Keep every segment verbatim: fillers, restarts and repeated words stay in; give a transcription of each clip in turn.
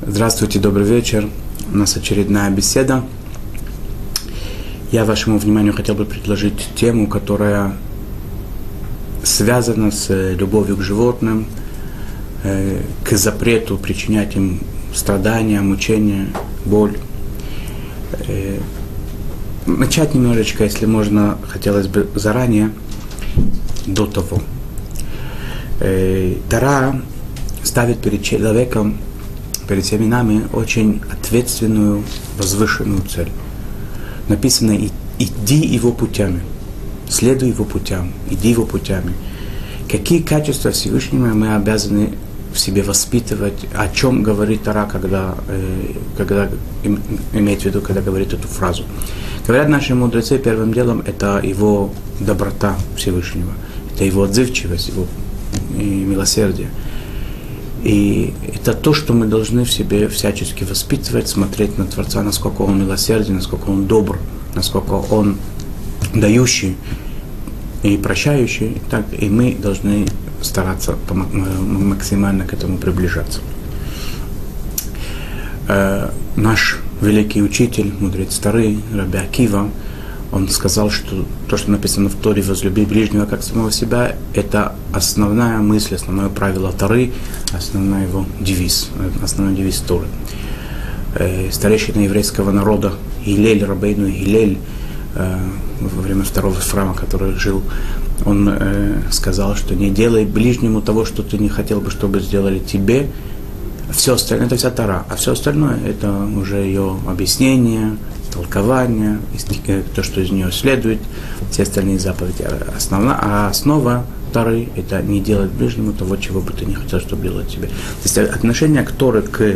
Здравствуйте, добрый вечер. У нас очередная беседа. Я вашему вниманию хотел бы предложить тему, которая связана с любовью к животным, к запрету причинять им страдания, мучения, боль. Начать немножечко, если можно, хотелось бы заранее, до того. Тора ставит перед человеком, перед всеми нами очень ответственную, возвышенную цель. Написано: «Иди его путями», «Следуй его путям», «Иди его путями». Какие качества Всевышнего мы обязаны в себе воспитывать, о чем говорит Тора, когда, когда имеет в виду, когда говорит эту фразу. Говорят наши мудрецы, первым делом это его доброта Всевышнего, это его отзывчивость, его милосердие. И это то, что мы должны в себе всячески воспитывать, смотреть на Творца, насколько Он милосерден, насколько Он добр, насколько Он дающий и прощающий. Так и мы должны стараться максимально к этому приближаться. Наш великий учитель, мудрец Торы, Раби Акива, он сказал, что то, что написано в Торе, возлюби ближнего как самого себя, это основная мысль, основное правило Торы, основной его девиз, основной девиз Торы. Старейшина еврейского народа Гилель, Рабейну Гилель, во время второго храма, который жил, он сказал, что не делай ближнему того, что ты не хотел бы, чтобы сделали тебе. Все остальное, это вся Тора, а все остальное это уже ее объяснение, толкование, то, что из нее следует, все остальные заповеди. Основна, а основа Торы – это не делать ближнему того, чего бы ты не хотел, чтобы делать тебе. То есть отношение к Торе, к,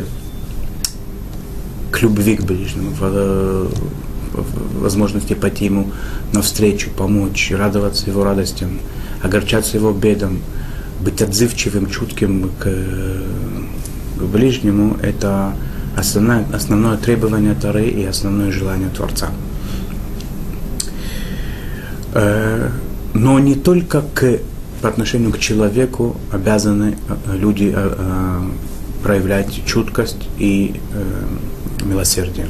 к любви к ближнему, в, в возможности пойти ему навстречу, помочь, радоваться его радостям, огорчаться его бедам, быть отзывчивым, чутким к, к ближнему – это Основное, основное требование Торы и основное желание Творца. Но не только к, по отношению к человеку обязаны люди проявлять чуткость и милосердие.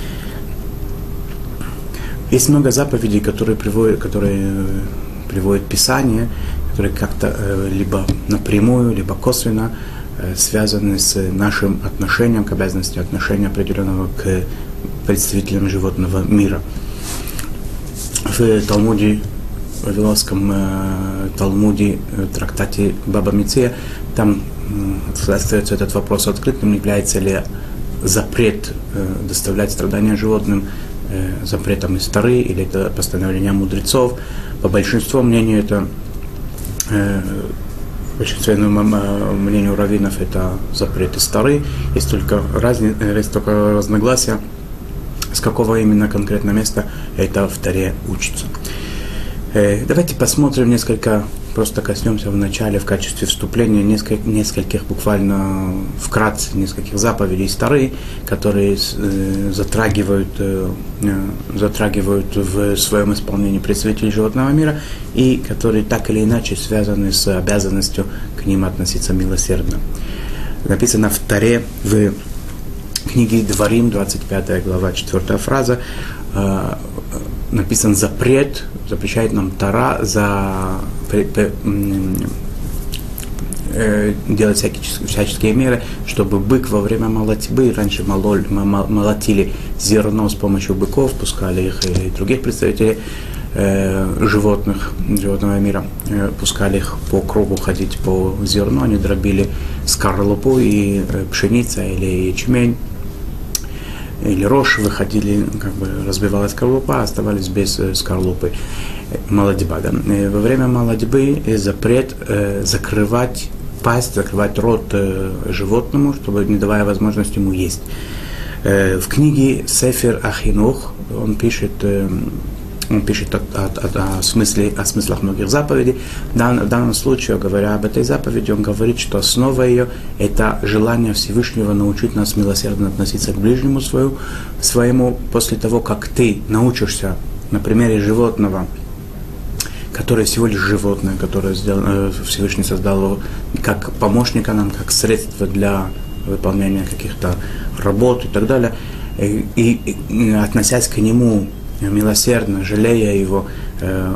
Есть много заповедей, которые приводят, которые приводит Писание, которые как-то либо напрямую, либо косвенно связаны с нашим отношением к обязанности, отношения определенного к представителям животного мира. В Талмуде, в Вавилонском э, Талмуде, э, трактате Баба Меция, там э, остается этот вопрос открытым, является ли запрет э, доставлять страдания животным э, запретом из Торы, или это постановление мудрецов. По большинству мнений это э, большинственному мнению раввинов это запрет из Торы. Есть только, разни, есть только разногласия, с какого именно конкретного места это в Торе учится. Э, давайте посмотрим несколько, просто коснемся в начале в качестве вступления нескольких, нескольких буквально вкратце, нескольких заповедей из Торы, которые э, затрагивают, э, затрагивают в своем исполнении представителей животного мира и которые так или иначе связаны с обязанностью к ним относиться милосердно. Написано в Торе, в книге Дворим, двадцать пятая глава, четвёртая фраза, э, написан запрет, запрещает нам Тора за при, при, э, делать всякие, всяческие меры, чтобы бык во время молотьбы, раньше мололь, молотили зерно с помощью быков, пускали их и других представителей э, животных, животного мира, э, пускали их по кругу ходить по зерну, они дробили скорлупу и э, пшеница или ячмень, или рожь, выходили, как бы разбивалась скорлупа, оставались без э, скорлупы. Молодьба, да. Во время молодьбы запрет э, закрывать пасть, закрывать рот э, животному, чтобы не давая возможность ему есть. Э, в книге Сефер Ахинух он пишет, э, он пишет о, о, о, о, смысле, о смыслах многих заповедей. В данном, в данном случае, говоря об этой заповеди, он говорит, что основа ее – это желание Всевышнего научить нас милосердно относиться к ближнему свою, своему после того, как ты научишься на примере животного, которое всего лишь животное, которое сделано, Всевышний создал его как помощника нам, как средство для выполнения каких-то работ и так далее, и, и, и относясь к нему милосердно, жалея его, э,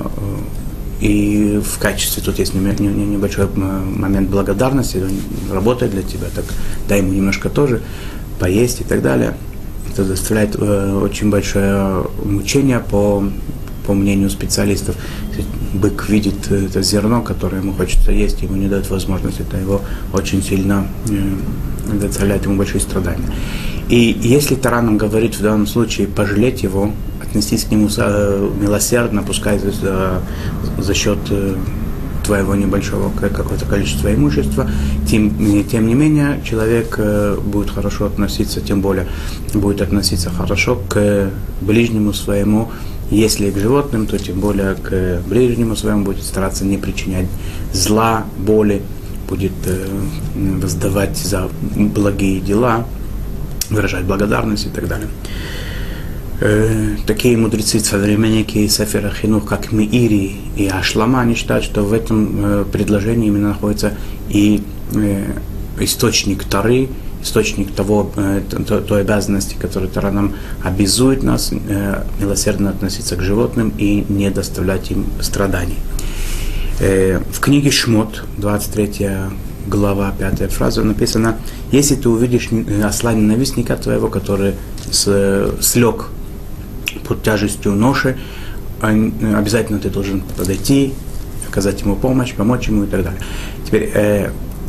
и в качестве, тут есть небольшой момент благодарности, он работает для тебя, так дай ему немножко тоже поесть и так далее. Это доставляет э, очень большое мучение по, по мнению специалистов. Бык видит это зерно, которое ему хочется есть, ему не дает возможности, это его очень сильно э, доставляет ему большие страдания. И если Тора нам говорит в данном случае пожалеть его, отнестись к нему милосердно, пускай за, за счет твоего небольшого какого-то количества имущества, тем, тем не менее человек будет хорошо относиться, тем более будет относиться хорошо к ближнему своему. Если к животным, то тем более к ближнему своему будет стараться не причинять зла, боли, будет воздавать за благие дела, выражать благодарность и так далее. Э, такие мудрецы, современники Сефер ха-Хинух, как Меири и Ашлама, они считают, что в этом э, предложении именно находится и э, источник Торы, источник того, э, той, той обязанности, которую Тора нам обязует нас э, милосердно относиться к животным и не доставлять им страданий. Э, в книге Шмот, двадцать третья глава, пятая фраза, написано: если ты увидишь осла ненавистника твоего, который слег под тяжестью ноши, обязательно ты должен подойти, оказать ему помощь, помочь ему и так далее. Теперь, э,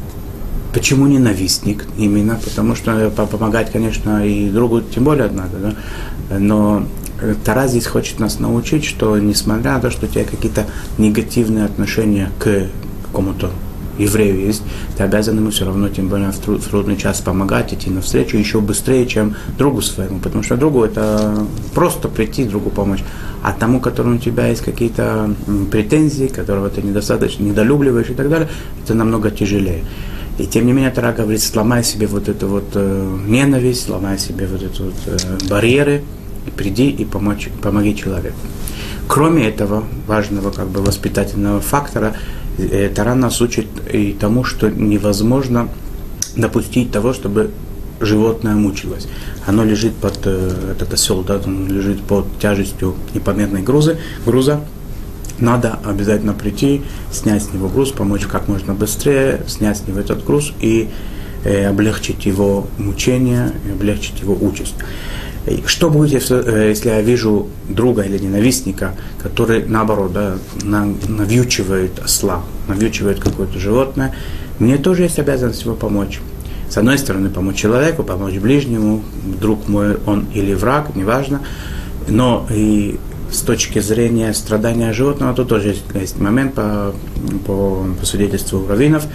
почему ненавистник? Именно потому что помогать, конечно, и другу тем более надо, да? Но Тора здесь хочет нас научить, что несмотря на то, что у тебя какие-то негативные отношения к какому-то еврею есть, ты обязан ему все равно, тем более в, труд, в трудный час, помогать, идти навстречу еще быстрее, чем другу своему, потому что другу это просто прийти, другу помочь, а тому, которому у тебя есть какие-то претензии, которого ты недостаточно недолюбливаешь и так далее, это намного тяжелее. И тем не менее Тора говорит: сломай себе вот эту вот э, ненависть, сломай себе вот эти вот э, барьеры, и приди и помочь, помоги человеку. Кроме этого важного как бы воспитательного фактора, Тора нас учит и тому, что невозможно допустить того, чтобы животное мучилось. Оно лежит под, этот осел, да, он лежит под тяжестью непомерной грузы, груза. Надо обязательно прийти, снять с него груз, помочь как можно быстрее, снять с него этот груз и э, облегчить его мучение, и облегчить его участь. Что будет, если, если я вижу друга или ненавистника, который, наоборот, да, навьючивает осла, навьючивает какое-то животное? Мне тоже есть обязанность его помочь. С одной стороны, помочь человеку, помочь ближнему, друг мой он или враг, неважно. Но и с точки зрения страдания животного, тут тоже есть, есть момент по, по, по свидетельству раввинов.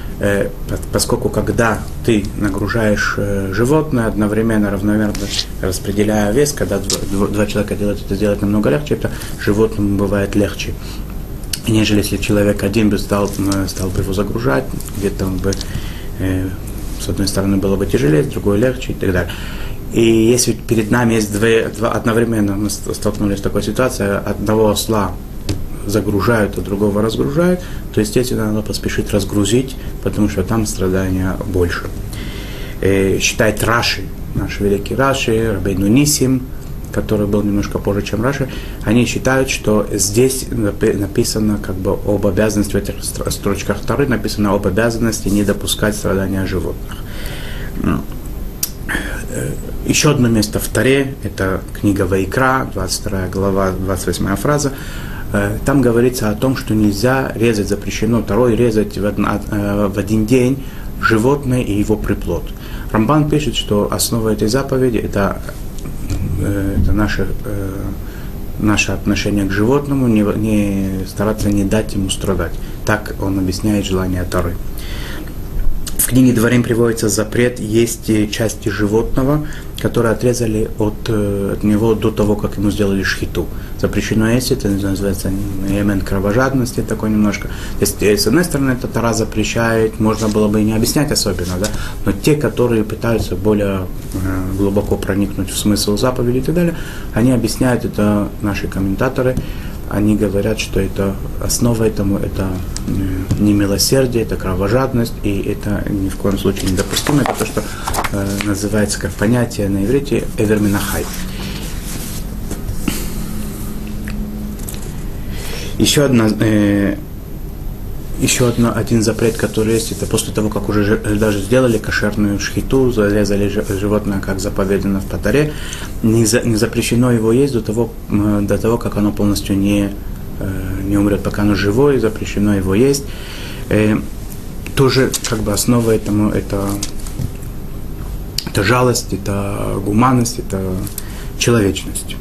Поскольку когда ты нагружаешь животное, одновременно, равномерно распределяя вес, когда два, два человека делают это, сделать намного легче, это животному бывает легче, нежели если человек один бы стал, стал бы его загружать, где-то он бы, с одной стороны, было бы тяжелее, с другой легче и так далее. И если перед нами есть две, два, одновременно мы столкнулись с такой ситуацией, одного осла загружают, а другого разгружают, то, естественно, надо поспешить разгрузить, потому что там страдания больше. И считает Раши, наш великий Раши, Рабейну Нисим, который был немножко позже, чем Раши, они считают, что здесь написано как бы об обязанности, в этих строчках Торы написано об обязанности не допускать страдания животных. Еще одно место в Торе, это книга Ваикра, двадцать вторая глава, двадцать восьмая фраза. Там говорится о том, что нельзя резать, запрещено Торой резать в один день животное и его приплод. Рамбан пишет, что основа этой заповеди это, это наше, наше отношение к животному, не, не стараться не дать ему страдать. Так он объясняет желание Торы. В книге Дворим приводится запрет есть части животного, которые отрезали от, от него до того, как ему сделали шхиту. Запрещено есть, это называется элемент кровожадности такой немножко. То есть, с одной стороны, это Тора запрещает, можно было бы и не объяснять особенно, да? Но те, которые пытаются более э, глубоко проникнуть в смысл заповеди и так далее, они объясняют это, наши комментаторы, они говорят, что это основа этому это не милосердие, это кровожадность, и это ни в коем случае недопустимо. Это то, что э, называется как понятие на иврите эвер минахай. Еще одна э, Еще одно, один запрет, который есть, это после того, как уже даже сделали кошерную шхиту, зарезали животное, как заповедано в Патаре, не, за, не запрещено его есть до того, до того как оно полностью не, не умрет, пока оно живое, запрещено его есть. Тоже как бы основа этому это, это жалость, это гуманность, это человечность.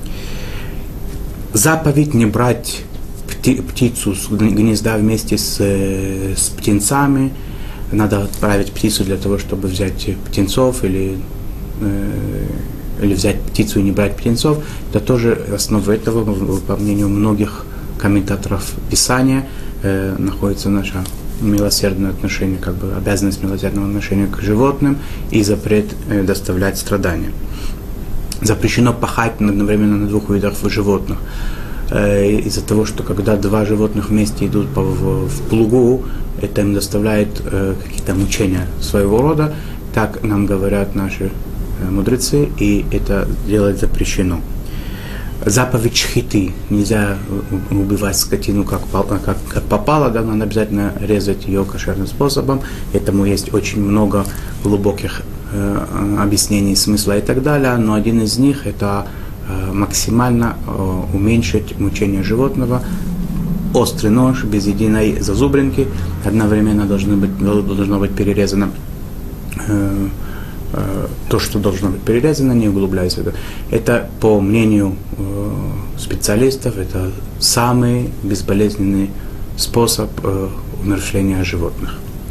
Заповедь не брать птицу с гнезда вместе с, с птенцами. Надо отправить птицу для того, чтобы взять птенцов, или, э, или взять птицу и не брать птенцов. Это тоже основа этого, по мнению многих комментаторов Писания, э, находится наше милосердное отношение, как бы обязанность милосердного отношения к животным и запрет э, доставлять страдания. Запрещено пахать одновременно на двух видах животных. Из-за того, что когда два животных вместе идут по, в, в плугу, это им доставляет э, какие-то мучения своего рода, так нам говорят наши э, мудрецы, и это делать запрещено. Заповедь шхиты. Нельзя убивать скотину как, как, как попало, да, надо обязательно резать ее кошерным способом. Этому есть очень много глубоких э, объяснений, смысла и так далее, но один из них это максимально э, уменьшить мучение животного. Острый нож без единой зазубринки, одновременно должны быть, должно быть перерезано э, э, то, что должно быть перерезано, не углубляясь в это. Это, по мнению э, специалистов, это самый безболезненный способ э, умерщвления животных.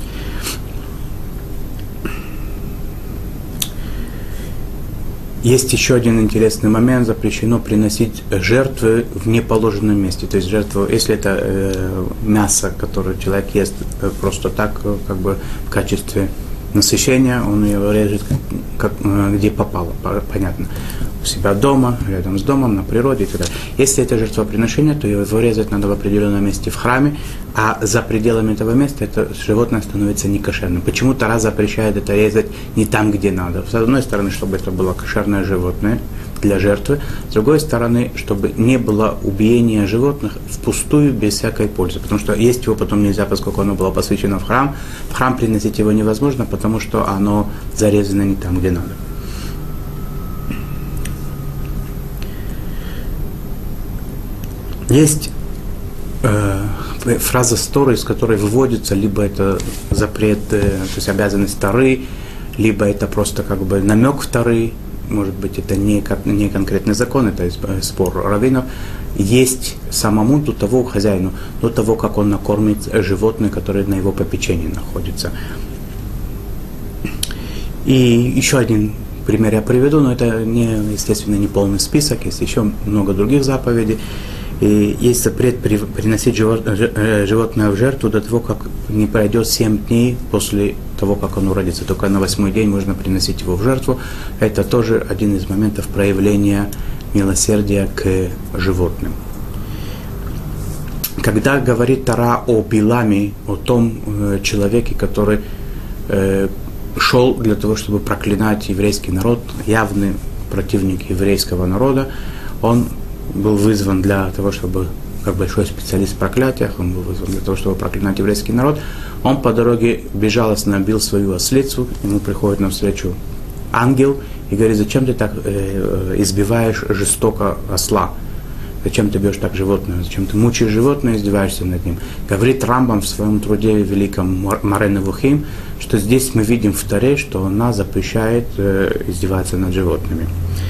Есть еще один интересный момент: запрещено приносить жертвы в неположенном месте. То есть жертву, если это э, мясо, которое человек ест э, просто так, э, как бы в качестве насыщения, он его режет как, э, где попало, понятно. У себя дома, рядом с домом, на природе и так далее. Если это жертвоприношение, то его резать надо в определенном месте в храме, а за пределами этого места это животное становится некошерным. Почему Тора запрещает это резать не там, где надо? С одной стороны, чтобы это было кошерное животное для жертвы, с другой стороны, чтобы не было убиения животных впустую, без всякой пользы. Потому что есть его потом нельзя, поскольку оно было посвящено в храм. В храм приносить его невозможно, потому что оно зарезано не там, где надо. Есть э, фраза с Торы, из которой выводится либо это запрет, э, то есть обязанность Торы, либо это просто как бы намек в Торы, может быть, это не, не конкретный закон, это спор раввинов. Есть самому до того хозяину, до того, как он накормит животное, которое на его попечении находится. И еще один пример я приведу, но это, не, естественно, не полный список, есть еще много других заповедей. И есть запрет при, приносить животное в жертву до того, как не пройдет семь дней после того, как оно родится. Только на восьмой день можно приносить его в жертву. Это тоже один из моментов проявления милосердия к животным. Когда говорит Тора о Биламе, о том э, человеке, который э, шел для того, чтобы проклинать еврейский народ, явный противник еврейского народа, он был вызван для того, чтобы, как большой специалист в проклятиях, он был вызван для того, чтобы проклинать еврейский народ. Он по дороге безжалостно бил свою ослицу, ему приходит навстречу ангел и говорит: зачем ты так э, избиваешь жестоко осла? Зачем ты бьешь так животное? Зачем ты мучаешь животное и издеваешься над ним? Говорит Рамбам в своем труде великом Море Невухим, что здесь мы видим в Торе, что она запрещает э, издеваться над животными.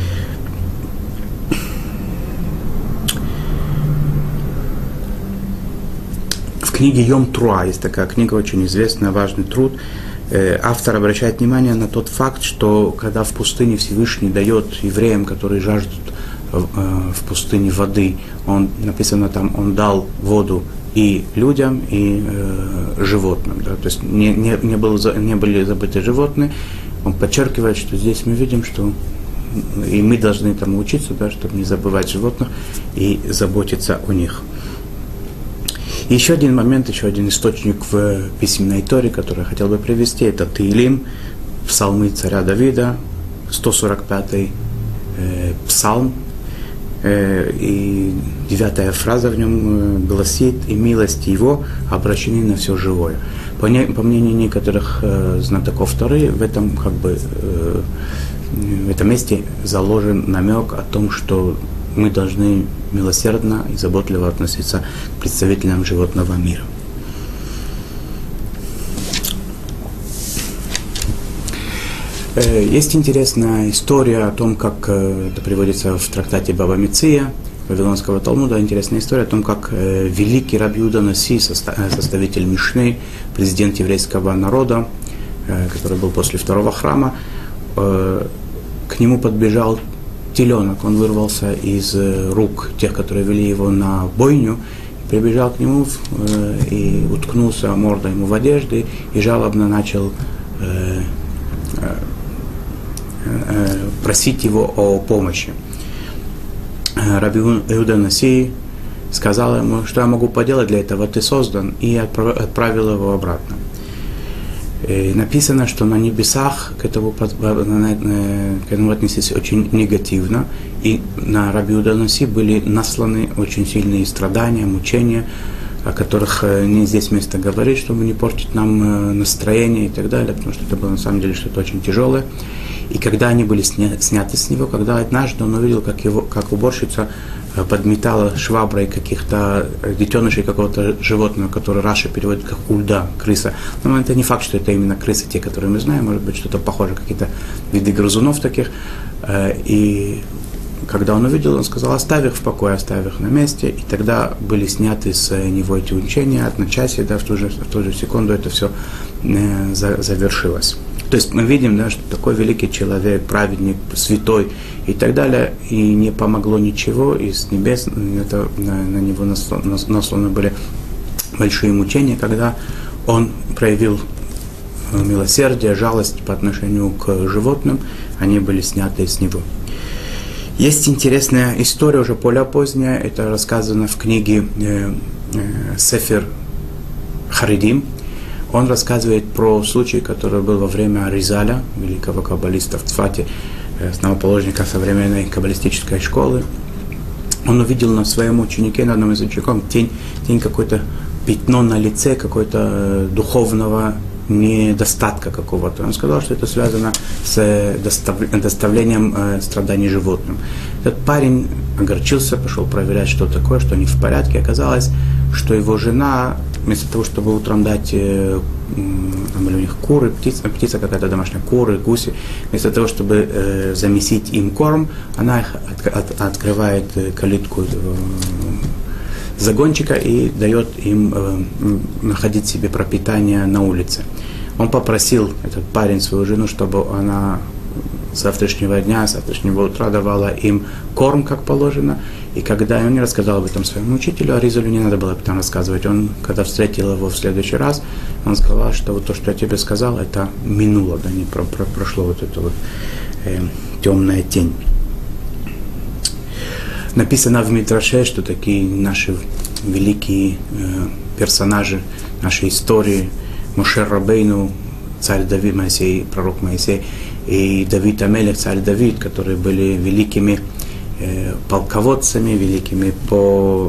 В книге Йом Труа есть такая книга, очень известная, важный труд. Автор обращает внимание на тот факт, что когда в пустыне Всевышний дает евреям, которые жаждут в пустыне воды, он, написано там, он дал воду и людям, и э, животным. Да? То есть не, не, не, было, не были забыты животные. Он подчеркивает, что здесь мы видим, что и мы должны этому учиться, да, чтобы не забывать животных и заботиться о них. И еще один момент, еще один источник в письменной Торе, который я хотел бы привести, это Теилим, псалмы царя Давида, сто сорок пятый э, псалм, э, и девятая фраза в нем гласит: «И милости его обращены на все живое». По, не, по мнению некоторых э, знатоков Торы, в этом, как бы, э, в этом месте заложен намек о том, что мы должны милосердно и заботливо относиться к представителям животного мира. Есть интересная история о том, как это приводится в трактате Бава Меция Вавилонского Талмуда, интересная история о том, как великий Раби Иуда Наси, составитель Мишны, президент еврейского народа, который был после второго храма, к нему подбежал теленок, он вырвался из рук тех, которые вели его на бойню, прибежал к нему э, и уткнулся мордой ему в одежды и жалобно начал э, э, просить его о помощи. Раби Иуда Наси сказал ему: что я могу поделать для этого, ты создан, и отправил его обратно. И написано, что на небесах к этому, к этому отнеслись очень негативно, и на Раби Иуда Наси были насланы очень сильные страдания, мучения, о которых не здесь место говорить, чтобы не портить нам настроение и так далее, потому что это было на самом деле что-то очень тяжелое. И когда они были сня- сняты с него, когда однажды он увидел, как, его, как уборщица подметала шваброй каких-то детенышей какого-то животного, которое Раша переводит как ульда, крыса. Но это не факт, что это именно крысы, те, которые мы знаем, может быть, что-то похоже, какие-то виды грызунов таких. И когда он увидел, он сказал: оставь их в покое, оставь их на месте. И тогда были сняты с него эти учения, одночасье, да, в ту же, в ту же секунду это все завершилось. То есть мы видим, да, что такой великий человек, праведник, святой и так далее, и не помогло ничего, и с небес это, на, на него насланы были большие мучения, когда он проявил милосердие, жалость по отношению к животным, они были сняты с него. Есть интересная история, уже более поздняя, это рассказано в книге э, э, Сефер Харидим. Он рассказывает про случай, который был во время Аризаля, великого каббалиста в Цфате, основоположника современной каббалистической школы. Он увидел на своем ученике, на одном из учеников, тень, тень какое-то пятно на лице, какое-то духовного недостатка какого-то. Он сказал, что это связано с доставлением э, страданий животным. Этот парень огорчился, пошел проверять, что такое, что не в порядке. Оказалось, что его жена, вместо того, чтобы утром дать, э, там были у них куры, птица, птица какая-то домашняя, куры, гуси, вместо того, чтобы э, замесить им корм, она их от, от, открывает калитку э, загончика и дает им э, находить себе пропитание на улице. Он попросил, этот парень, свою жену, чтобы она с завтрашнего дня, с завтрашнего утра давала им корм, как положено. И когда он не рассказал об этом своему учителю, Аризалю не надо было об этом рассказывать. Он, когда встретил его в следующий раз, он сказал, что вот то, что я тебе сказал, это минуло, да, не про, про, прошло вот это вот э, темная тень. Написано в Мидраше, что такие наши великие э, персонажи нашей истории, Моше Рабейну, царь Давид, Моисей, пророк Моисей, и Давид Амелех, царь Давид, которые были великими э, полководцами, великими по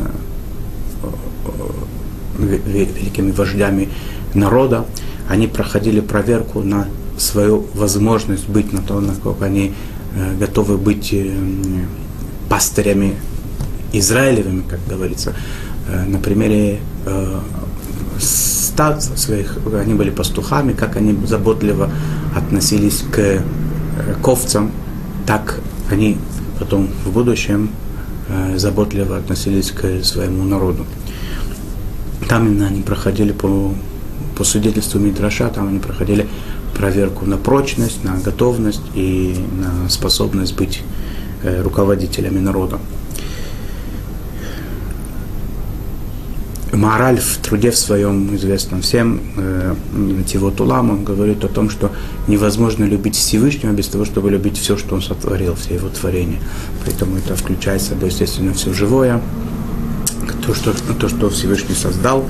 э, великими вождями народа, они проходили проверку на свою возможность быть, на то, насколько они э, готовы быть э, пастырями израилевыми, как говорится. Э, на примере э, стад своих, они были пастухами, как они заботливо относились к ковцам, так они потом в будущем э, заботливо относились к своему народу. Там именно они проходили по, по свидетельству Мидраша, там они проходили проверку на прочность, на готовность и на способность быть э, руководителями народа. Маораль в труде в своем, известном всем, Нативот Улам, он говорит о том, что невозможно любить Всевышнего без того, чтобы любить все, что он сотворил, все его творения. Поэтому это включает в собой, естественно, все живое, то, что, то, что Всевышний создал.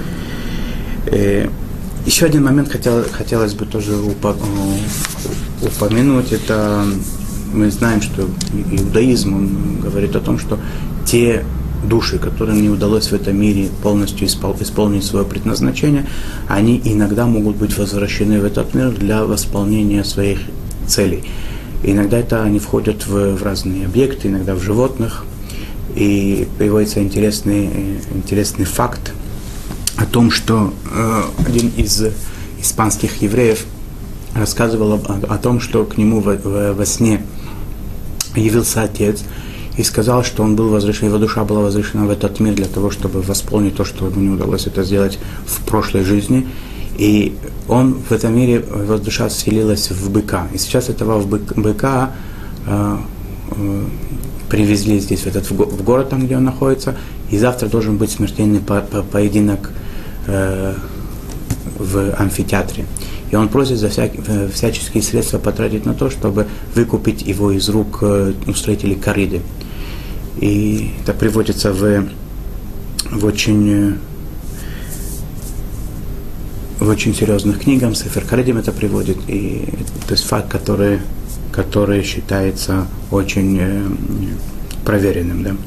Еще один момент хотел, хотелось бы тоже упомянуть, это мы знаем, что иудаизм он говорит о том, что те души, которым не удалось в этом мире полностью исполнить свое предназначение, они иногда могут быть возвращены в этот мир для восполнения своих целей. И иногда это они входят в, в разные объекты, иногда в животных. И приводится интересный, интересный факт о том, что э, один из испанских евреев рассказывал о, о том, что к нему во, во, во сне явился отец и сказал, что он был возвращен, его душа была возвращена в этот мир для того, чтобы восполнить то, что ему не удалось это сделать в прошлой жизни. И он в этом мире, его душа вселилась в быка. И сейчас этого в бык, быка э, э, привезли здесь, в, этот, в город, там, где он находится, и завтра должен быть смертельный по, по, поединок э, в амфитеатре. И он просит за вся, всяческие средства потратить на то, чтобы выкупить его из рук э, устроителей корриды. И это приводится в, в очень... в очень серьезных книгах, Сефер Каридим это приводит, и то есть факт, который, который считается очень э, проверенным. Да.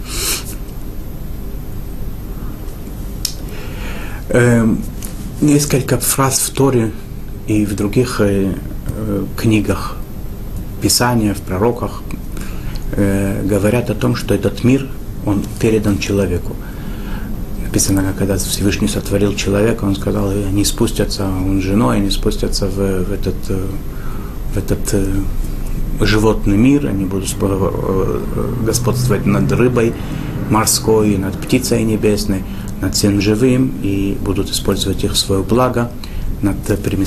Э, несколько фраз в Торе и в других э, э, книгах Писания, в пророках э, говорят о том, что этот мир, он передан человеку. Написано, когда Всевышний сотворил человека, он сказал, и они спустятся, он с женой, они спустятся в, в этот, в этот э, животный мир, они будут господствовать над рыбой морской, над птицей небесной, над всем живым, и будут использовать их в свое благо, над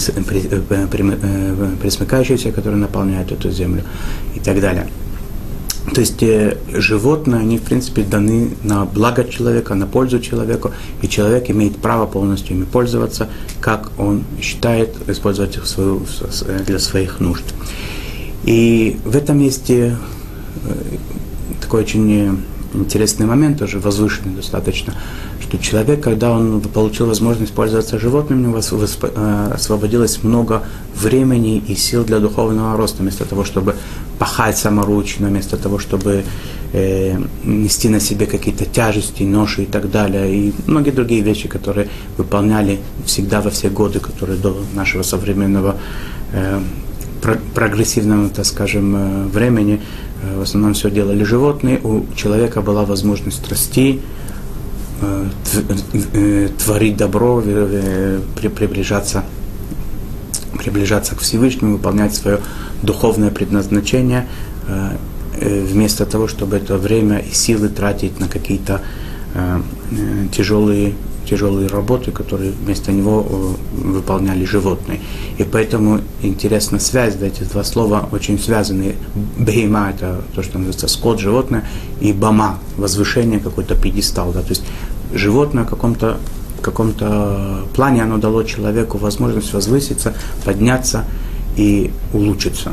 пресмыкающимися, которые наполняют эту землю, и так далее. То есть э, животные, они в принципе даны на благо человека, на пользу человеку, и человек имеет право полностью ими пользоваться, как он считает, использовать их свою, для своих нужд. И в этом есть э, такой очень интересный момент, тоже возвышенный достаточно, что человек, когда он получил возможность пользоваться животными, у него освободилось много времени и сил для духовного роста, вместо того, чтобы пахать саморучно, вместо того, чтобы э, нести на себе какие-то тяжести, ноши и так далее, и многие другие вещи, которые выполняли всегда во все годы, которые до нашего современного э, про- прогрессивного, так скажем, э, времени, э, в основном все делали животные, у человека была возможность расти, э, э, творить добро, э, при- приближаться приближаться к Всевышнему, выполнять свое духовное предназначение, э, э, вместо того, чтобы это время и силы тратить на какие-то э, э, тяжелые, тяжелые работы, которые вместо него э, выполняли животные. И поэтому интересна связь, да, эти два слова очень связаны. Бейма – это то, что называется скот, животное, и бама – возвышение, какой-то пьедестал. Да, то есть животное в каком-то В каком-то плане оно дало человеку возможность возвыситься, подняться и улучшиться.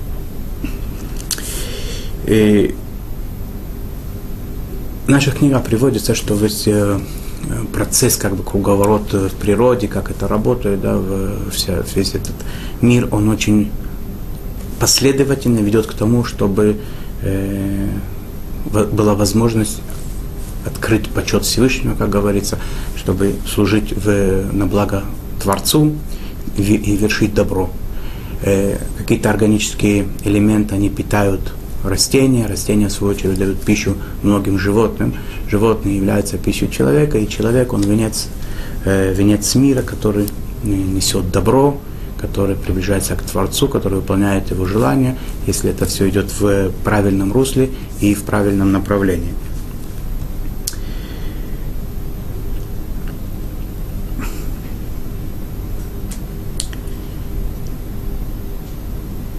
И в наших книгах приводится, что весь процесс, как бы круговорот в природе, как это работает, да, вся, весь этот мир, он очень последовательно ведет к тому, чтобы э, была возможность открыть почет Всевышнего, как говорится, чтобы служить в, на благо Творцу и, и вершить добро. Э, какие-то органические элементы, они питают растения, растения, в свою очередь, дают пищу многим животным. Животные являются пищей человека, и человек, он венец, э, венец мира, который несет добро, который приближается к Творцу, который выполняет его желания, если это все идет в правильном русле и в правильном направлении.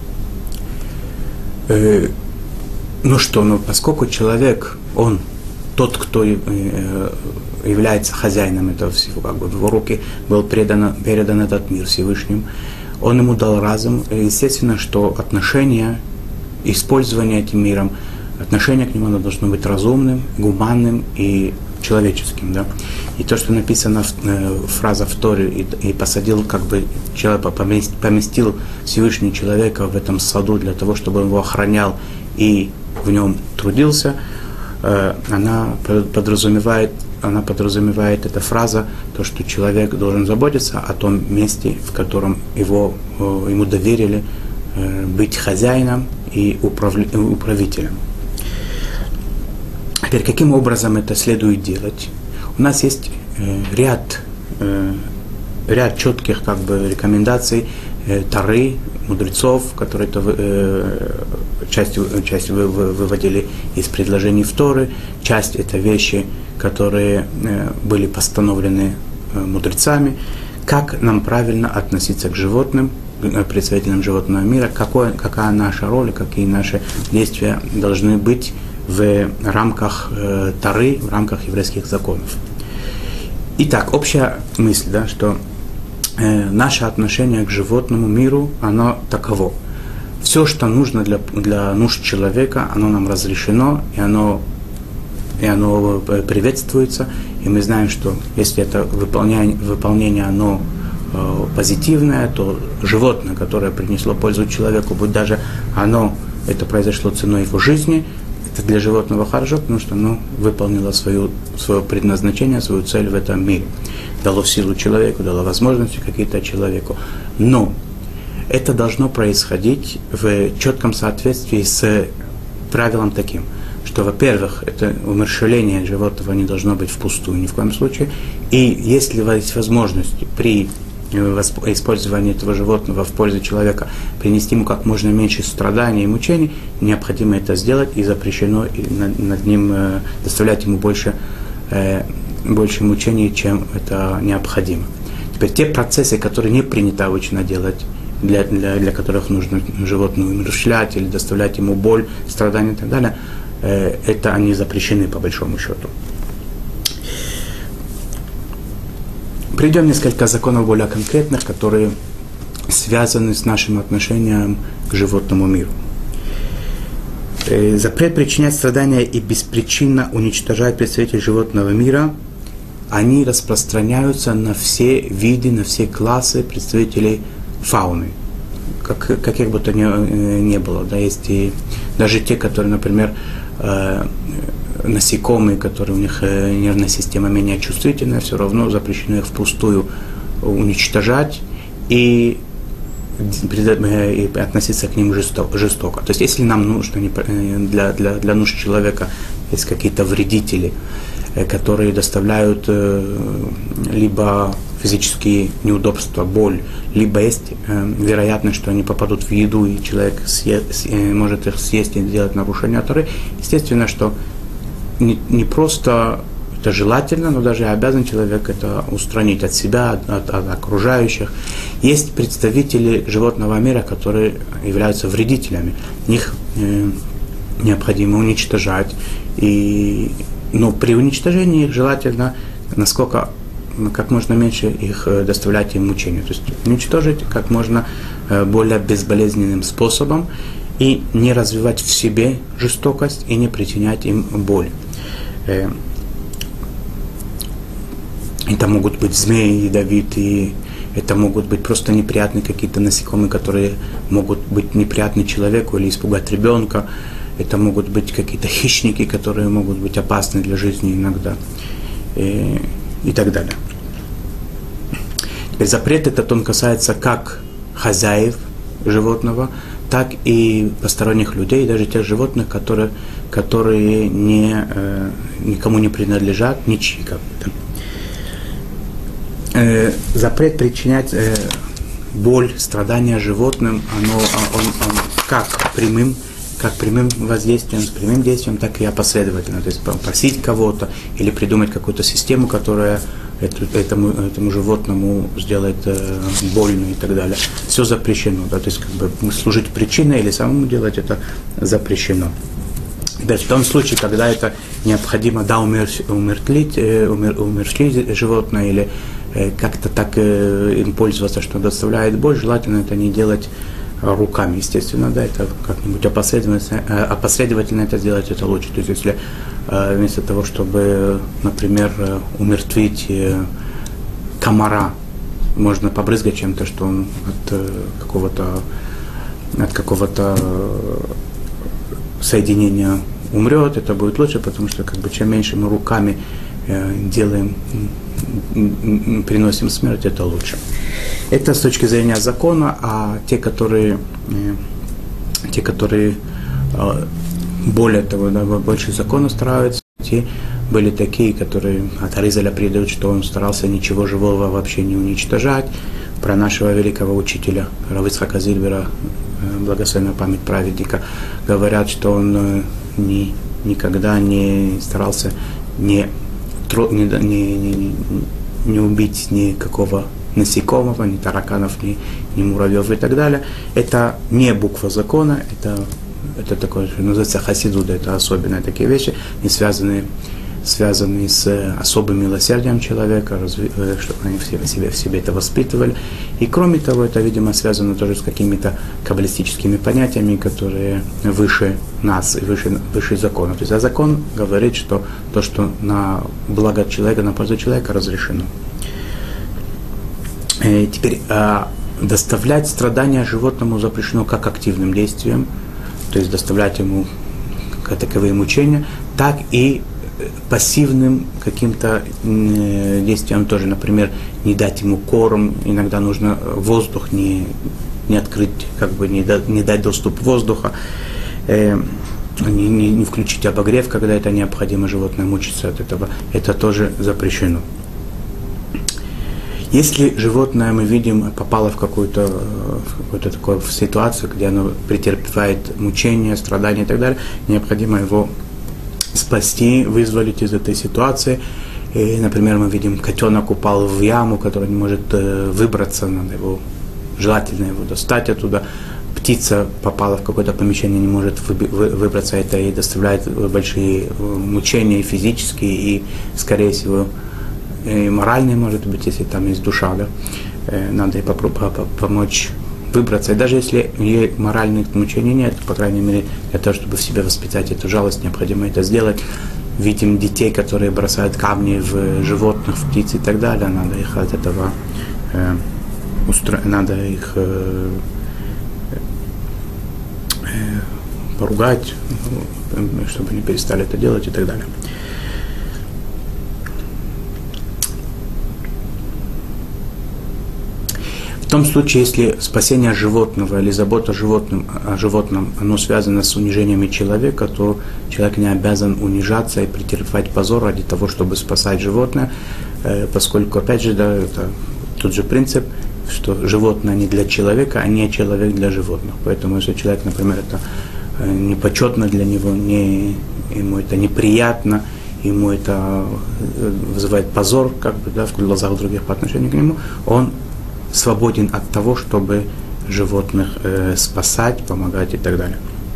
Ну что, ну поскольку человек, он тот, кто является хозяином этого всего, как бы в его руки был передан, передан этот мир Всевышним, он ему дал разум. И естественно, что отношение, использование этим миром, отношение к нему оно должно быть разумным, гуманным и человеческим. Да? И то, что написано, фраза в Торе, и, и посадил, как бы, человека, поместил Всевышний человека в этом саду для того, чтобы он его охранял и в нем трудился, она подразумевает, она подразумевает эта фраза, то, что человек должен заботиться о том месте, в котором его, ему доверили быть хозяином и управителем. Теперь, каким образом это следует делать? У нас есть ряд, ряд четких, как бы, рекомендаций Торы, мудрецов, которые это э, часть, часть вы, вы, выводили из предложений в Торы, часть это вещи, которые э, были постановлены э, мудрецами, как нам правильно относиться к животным, к представителям животного мира, какое, какая наша роль, какие наши действия должны быть в рамках э, Торы, в рамках еврейских законов. Итак, общая мысль, да, что наше отношение к животному миру, оно таково. Все, что нужно для, для нужд человека, оно нам разрешено, и оно, и оно приветствуется. И мы знаем, что если это выполнение, выполнение оно э, позитивное, то животное, которое принесло пользу человеку, будь даже оно, это произошло ценой его жизни, это для животного хорошо, потому что оно выполнило свою, свое предназначение, свою цель в этом мире. Дало силу человеку, дало возможности какие-то человеку. Но это должно происходить в четком соответствии с правилом таким, что, во-первых, это умерщвление животного не должно быть впустую ни в коем случае. И если есть возможность при использовании этого животного в пользу человека принести ему как можно меньше страданий и мучений, необходимо это сделать, и запрещено и над, над ним э, доставлять ему больше э, больше мучений, чем это необходимо. Теперь те процессы, которые не принято обычно делать, для, для, для которых нужно животное умерщвлять или доставлять ему боль, страдания и так далее, э, это они запрещены по большому счету. Приведем несколько законов более конкретных, которые связаны с нашим отношением к животному миру. Э, запрет причинять страдания и беспричинно уничтожать представителей животного мира, они распространяются на все виды, на все классы представителей фауны, как, каких бы то ни, ни было. Да, есть и даже те, которые, например, э, насекомые, которые у них э, нервная система менее чувствительная, все равно запрещено их впустую уничтожать и, и относиться к ним жестоко, жестоко. То есть, если нам нужно для, для, для нужд человека есть какие-то вредители, которые доставляют э, либо физические неудобства, боль, либо есть э, вероятность, что они попадут в еду, и человек съе, съе, может их съесть и сделать нарушение Торы. Естественно, что не, не просто это желательно, но даже обязан человек это устранить от себя, от, от, от окружающих. Есть представители животного мира, которые являются вредителями. Их э, необходимо уничтожать, и но при уничтожении их желательно, насколько, как можно меньше их доставлять им мучения. То есть уничтожить как можно более безболезненным способом и не развивать в себе жестокость и не причинять им боль. Это могут быть змеи ядовитые, это могут быть просто неприятные какие-то насекомые, которые могут быть неприятны человеку или испугать ребенка. Это могут быть какие-то хищники, которые могут быть опасны для жизни иногда, и, и так далее. Теперь запрет этот, он касается как хозяев животного, так и посторонних людей, даже тех животных, которые, которые не, э, никому не принадлежат, ничьи как бы. Да. Э, запрет причинять э, боль, страдания животным, оно, он, он как прямым, как прямым воздействием, с прямым действием, так и опосредованно. То есть попросить кого-то или придумать какую-то систему, которая этому, этому животному сделает э, больно и так далее. Все запрещено. Да? То есть как бы служить причиной или самому делать это запрещено. Да, в том случае, когда это необходимо, да, умерщ, умертвить, э, умер, умерщвить животное или э, как-то так э, им пользоваться, что доставляет боль, желательно это не делать руками, естественно, да, это как-нибудь опосредованно, э, опосредованно это сделать, это лучше. То есть, если э, вместо того, чтобы, например, э, умертвить э, комара, можно побрызгать чем-то, что он от э, какого-то от какого-то соединения умрет, это будет лучше, потому что как бы, чем меньше мы руками э, делаем, приносим смерть, это лучше. Это с точки зрения закона, а те, которые, э, те, которые э, более того, да, больше закона стараются, те были такие, которые от Аризаля передают, что он старался ничего живого вообще не уничтожать. Про нашего великого учителя Рав Ицхака Зильбера, благословенная память праведника, говорят, что он ни, никогда не старался не, не, не, не, не убить никакого насекомого, ни тараканов, ни, ни муравьев и так далее. Это не буква закона, это, это такое, называется хасидуда, это особенные такие вещи, не связанные связанные с особым милосердием человека, чтобы они в себе, в себе, в себе это воспитывали. И кроме того, это, видимо, связано тоже с какими-то каббалистическими понятиями, которые выше нас и выше, выше закона. То есть, а закон говорит, что то, что на благо человека, на пользу человека разрешено. И теперь, доставлять страдания животному запрещено как активным действием, то есть доставлять ему таковые мучения, так и пассивным каким-то действием тоже, например, не дать ему корм, иногда нужно воздух не, не открыть, как бы не, да, не дать доступ воздуха, э, не, не, не включить обогрев, когда это необходимо, животное мучится от этого, это тоже запрещено. Если животное, мы видим, попало в какую-то, в какую-то такую ситуацию, где оно претерпевает мучения, страдания и так далее, необходимо его спасти, вызволить из этой ситуации. И, например, мы видим, котенок упал в яму, который не может э, выбраться, надо его, желательно его достать оттуда. Птица попала в какое-то помещение, не может вы, вы, выбраться, это ей доставляет большие мучения и физические, и, скорее всего, и моральные, может быть, если там есть душа, да, э, надо ей попробовать помочь выбраться. И даже если ей моральных мучений нет, по крайней мере, для того, чтобы в себе воспитать эту жалость, необходимо это сделать. Видим детей, которые бросают камни в животных, в птиц и так далее, надо их от этого э, устро... надо их э, э, поругать, чтобы они перестали это делать и так далее. В том случае, если спасение животного или забота о животном, о животном, оно связано с унижениями человека, то человек не обязан унижаться и претерпевать позор ради того, чтобы спасать животное, поскольку, опять же, да, это тот же принцип, что животное не для человека, а не человек для животных. Поэтому, если человек, например, это непочетно для него, не, ему это неприятно, ему это вызывает позор, как бы, да, в глазах других по отношению к нему, он свободен от того, чтобы животных э, спасать, помогать и так далее.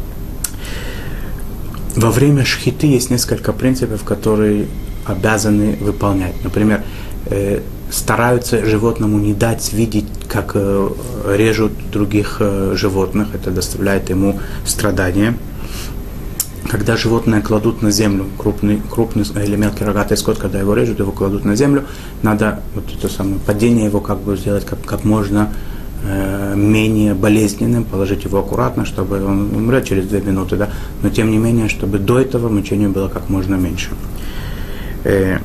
Во время шхиты есть несколько принципов, которые обязаны выполнять. Например, э, стараются животному не дать видеть, как э, режут других э, животных, это доставляет ему страдания. Когда животное кладут на землю, крупный, крупный или мелкий рогатый скот, когда его режут, его кладут на землю, надо вот это самое падение его как бы сделать как, как можно э, менее болезненным, положить его аккуратно, чтобы он умрет через две минуты, да, но тем не менее, чтобы до этого мучения было как можно меньше. Э,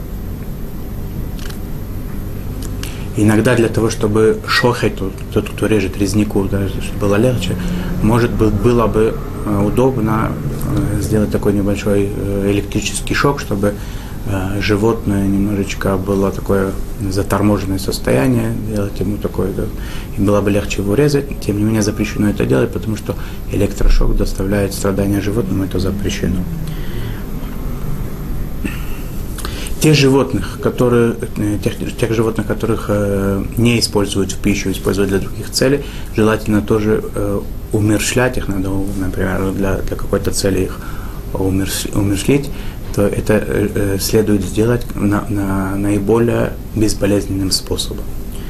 Иногда для того, чтобы шохет, тот, кто режет резнику, да, чтобы было легче, может быть, было бы удобно сделать такой небольшой электрический шок, чтобы животное немножечко было такое заторможенное состояние, делать ему такое, да, и было бы легче его резать. Тем не менее, запрещено это делать, потому что электрошок доставляет страдания животному, это запрещено. Тех животных, которые, тех, тех животных, которых э, не используют в пищу, используют для других целей, желательно тоже э, умерщвлять их, надо, например, для, для какой-то цели их умерщвлить, то это следует сделать на, на наиболее безболезненным способом.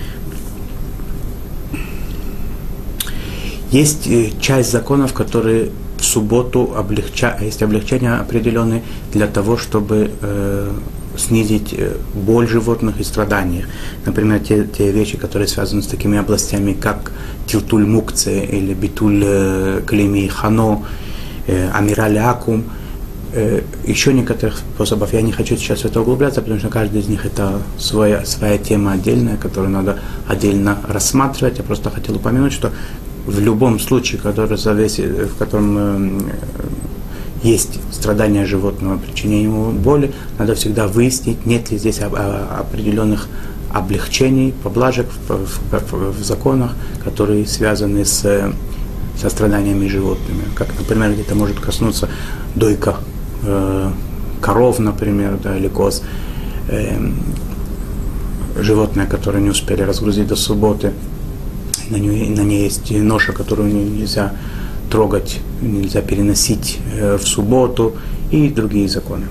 Есть часть законов, которые в субботу облегча... есть облегчения определенные для того, чтобы э, снизить боль животных и страдания. Например, те, те вещи, которые связаны с такими областями, как тилтуль мукце или битуль э, клеми хано, э, амираль акум. Э, еще некоторых способов. Я не хочу сейчас в это углубляться, потому что каждый из них это своя, своя тема отдельная, которую надо отдельно рассматривать. Я просто хотел упомянуть, что в любом случае, который зависит, в котором э, есть страдания животного, причинение ему боли, надо всегда выяснить, нет ли здесь об, о, определенных облегчений, поблажек в, в, в, в законах, которые связаны с, со страданиями животными. Как, например, где-то может коснуться дойка э, коров, например, да, или коз, э, животные, которые не успели разгрузить до субботы. На ней, на ней есть ноша, которую нельзя трогать, нельзя переносить э, в субботу, и другие законы.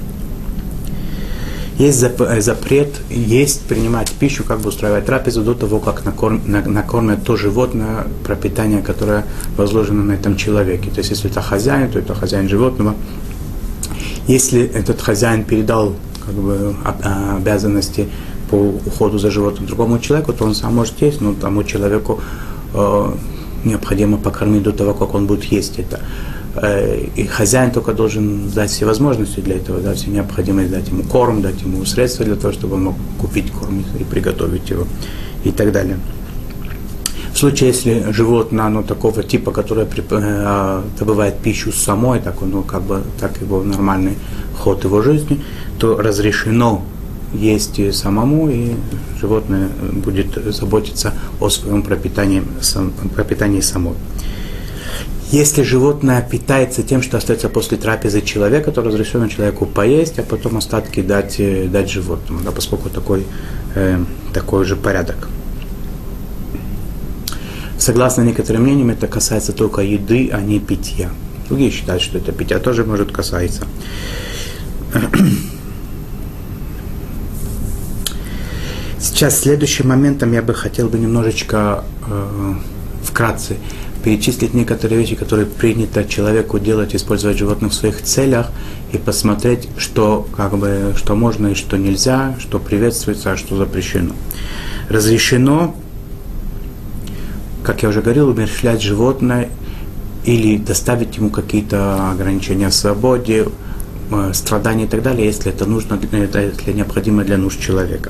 Есть запрет есть принимать пищу, как бы устраивать трапезу до того, как накорм, на, накормят то животное, пропитание, которое возложено на этом человеке. То есть, если это хозяин, то это хозяин животного. Если этот хозяин передал как бы, обязанности по уходу за животным другому человеку, то он сам может есть, но тому человеку э, необходимо покормить до того, как он будет есть это. Э, и хозяин только должен дать все возможности для этого, дать все необходимость, дать ему корм, дать ему средства для того, чтобы он мог купить корм и приготовить его и так далее. В случае, если животное, оно такого типа, которое э, добывает пищу самой, так, оно, как бы, так его нормальный ход его жизни, то разрешено есть самому, и животное будет заботиться о своем пропитании, пропитании самой. Если животное питается тем, что остается после трапезы человека, то разрешено человеку поесть, а потом остатки дать, дать животному, да, поскольку такой, э, такой же порядок. Согласно некоторым мнениям, это касается только еды, а не питья. Другие считают, что это питья тоже может касаться. Сейчас следующим моментом я бы хотел бы немножечко э, вкратце перечислить некоторые вещи, которые принято человеку делать, использовать животных в своих целях, и посмотреть, что, как бы, что можно и что нельзя, что приветствуется, а что запрещено. Разрешено, как я уже говорил, умерщвлять животное или доставить ему какие-то ограничения в свободе, э, страдания и так далее, если это нужно, это, если необходимо для нужд человека.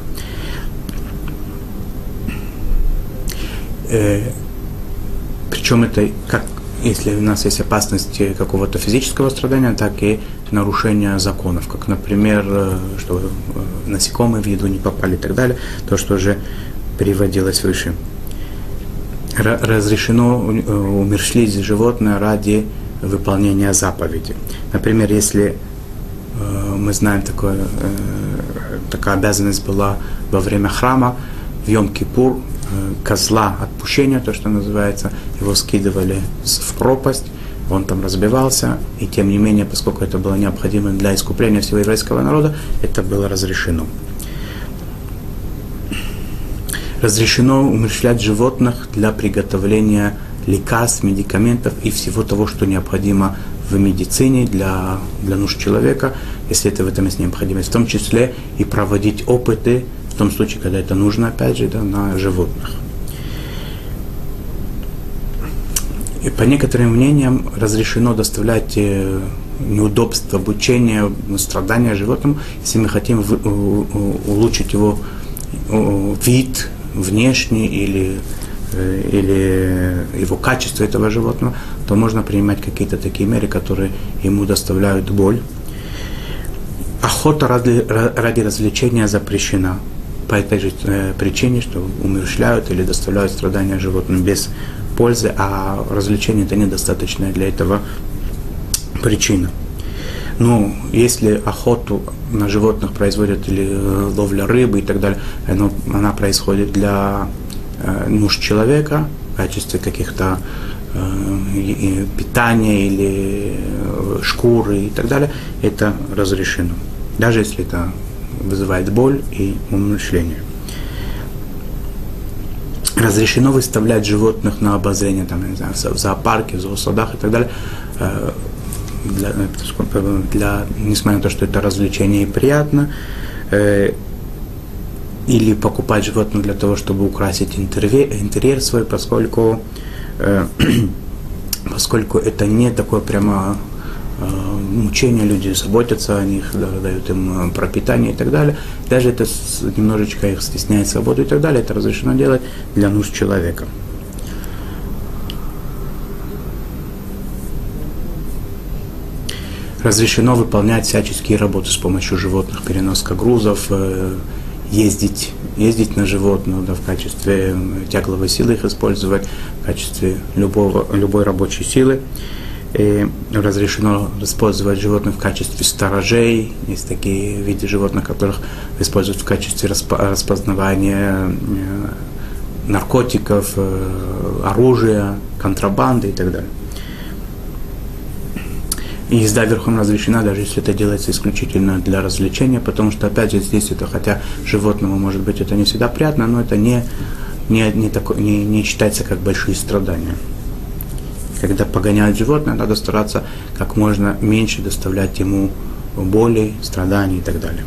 Э, причем это как, если у нас есть опасность какого-то физического страдания, так и нарушения законов, как, например, что насекомые в еду не попали и так далее, то, что уже приводилось выше. Р- разрешено умерщвлять животное ради выполнения заповеди. Например, если э, мы знаем, такое, э, такая обязанность была во время храма, в Йом-Кипур, козла отпущения, то, что называется, его скидывали в пропасть, он там разбивался, и тем не менее, поскольку это было необходимо для искупления всего еврейского народа, это было разрешено. Разрешено умерщвлять животных для приготовления лекарств, медикаментов и всего того, что необходимо в медицине для, для нужд человека, если это в этом есть необходимость, в том числе и проводить опыты, в том случае, когда это нужно, опять же, да, на животных. И по некоторым мнениям разрешено доставлять э, неудобства, обучение, страдания животному, если мы хотим в, у, у, улучшить его у, вид внешний или, э, или его качество этого животного, то можно принимать какие-то такие меры, которые ему доставляют боль. Охота ради, ради развлечения запрещена. По этой же э, причине, что умерщвляют или доставляют страдания животным без пользы, а развлечение это недостаточная для этого причина. Ну, если охоту на животных производят или э, ловля рыбы и так далее, оно, она происходит для э, нужд человека в качестве каких-то питания или шкуры и так далее, это разрешено. Даже если это вызывает боль и умышление. Разрешено выставлять животных на обозрение, там, я не знаю, в зоопарке, в зоосадах и так далее. Для, для, несмотря на то, что это развлечение и приятно, э, или покупать животных для того, чтобы украсить интерьер, интерьер свой, поскольку, э, поскольку это не такое прямо э, мучение, люди заботятся о них, дают им пропитание и так далее. Даже это немножечко их стесняет свободу и так далее, это разрешено делать для нужд человека. Разрешено выполнять всяческие работы с помощью животных, переноска грузов, ездить, ездить на животных, да, в качестве тягловой силы их использовать, в качестве любого, любой рабочей силы. И разрешено использовать животных в качестве сторожей. Есть такие виды животных, которых используют в качестве распознавания наркотиков, оружия, контрабанды и так далее. Езда верхом разрешена, даже если это делается исключительно для развлечения, потому что, опять же, здесь это, хотя животному, может быть, это не всегда приятно, но это не, не, не, такое, не, не считается как большие страдания. Когда погоняют животное, надо стараться как можно меньше доставлять ему боли, страданий и так далее.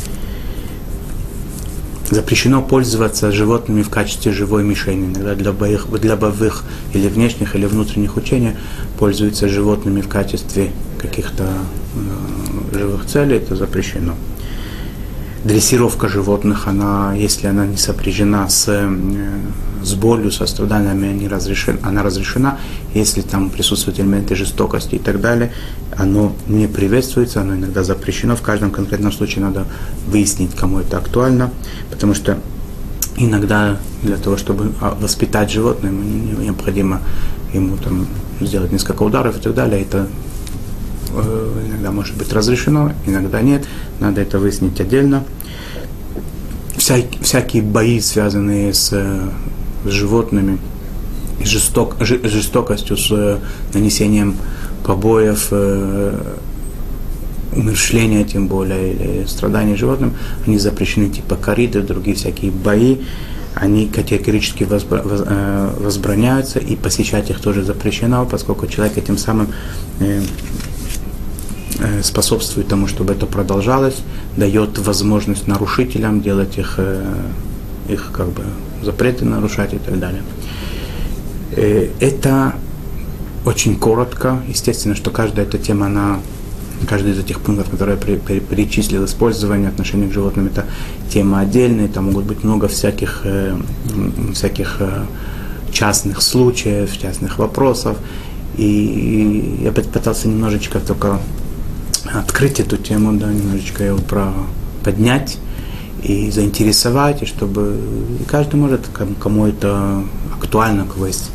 Запрещено пользоваться животными в качестве живой мишени. Иногда для боевых, для боевых или внешних, или внутренних учений пользуются животными в качестве каких-то э, живых целей, это запрещено. Дрессировка животных, она, если она не сопряжена с, э, с болью, со страданиями, не разрешена, она разрешена. Если там присутствуют элементы жестокости и так далее, оно не приветствуется, оно иногда запрещено. В каждом конкретном случае надо выяснить, кому это актуально, потому что иногда для того, чтобы воспитать животное, ему необходимо ему там сделать несколько ударов и так далее. Это э, иногда может быть разрешено, иногда нет. Надо это выяснить отдельно. Вся, всякие бои, связанные с, с животными, жесток, жестокостью, с нанесением побоев, э, умершления тем более, или страданий животным, они запрещены, типа корриды, другие всякие бои, они категорически возбра, воз, э, возбраняются, и посещать их тоже запрещено, поскольку человек этим самым э, э, способствует тому, чтобы это продолжалось, дает возможность нарушителям делать их, э, их как бы запреты нарушать и так далее. Э, это очень коротко. Естественно, что каждая эта тема, она, каждый из этих пунктов, которые я перечислил, использование, отношения к животным, это тема отдельная, там могут быть много всяких, э, всяких э, частных случаев, частных вопросов. И я пытался немножечко только открыть эту тему, да, немножечко ее про поднять и заинтересовать, и чтобы каждый может, кому это актуально, у кого есть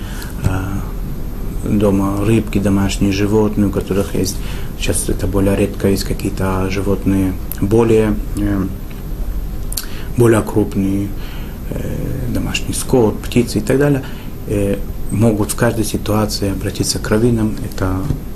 дома рыбки, домашние животные, у которых есть, сейчас это более редко, есть какие-то животные более, более крупные, домашний скот, птицы и так далее, могут в каждой ситуации обратиться к раввинам. Это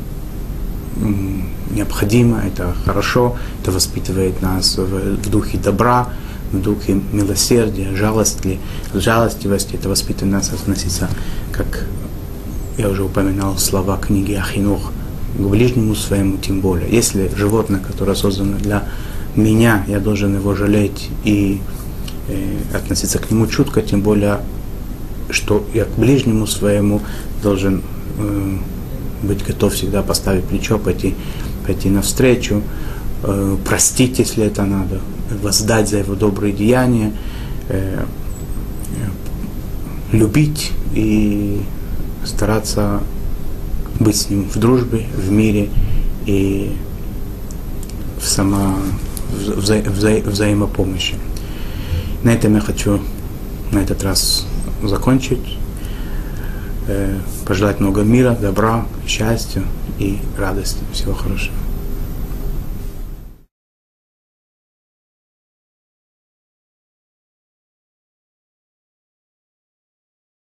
необходимо, это хорошо, это воспитывает нас в, в духе добра, в духе милосердия, жалости, жалостивости. Это воспитывает нас относиться, как я уже упоминал слова книги Ахинух, к ближнему своему тем более. Если животное, которое создано для меня, я должен его жалеть и э, относиться к нему чутко, тем более, что я к ближнему своему должен э, быть готов всегда поставить плечо, пойти, пойти навстречу, э, простить, если это надо, воздать за его добрые деяния, э, э, любить и стараться быть с ним в дружбе, в мире и в само, вза, вза, взаимопомощи. На этом я хочу на этот раз закончить. Пожелать много мира, добра, счастья и радости. Всего хорошего.